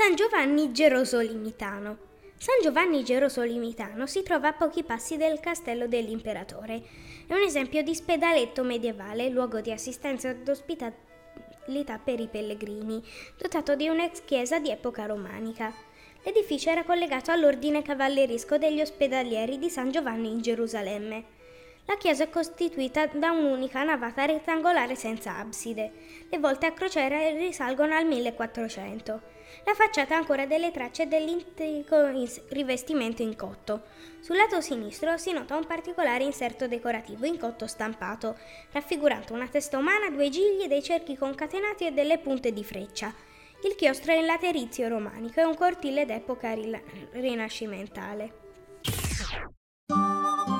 San Giovanni Gerosolimitano. San Giovanni Gerosolimitano si trova a pochi passi dal castello dell'imperatore. È un esempio di spedaletto medievale, luogo di assistenza ed ospitalità per i pellegrini, dotato di un'ex chiesa di epoca romanica. L'edificio era collegato all'ordine cavalleresco degli ospedalieri di San Giovanni in Gerusalemme. La chiesa è costituita da un'unica navata rettangolare senza abside. Le volte a crociera risalgono al 1400. La facciata ha ancora delle tracce dell'antico rivestimento in cotto. Sul lato sinistro si nota un particolare inserto decorativo in cotto stampato, raffigurando una testa umana, due gigli, dei cerchi concatenati e delle punte di freccia. Il chiostro è in laterizio romanico e un cortile d'epoca rinascimentale.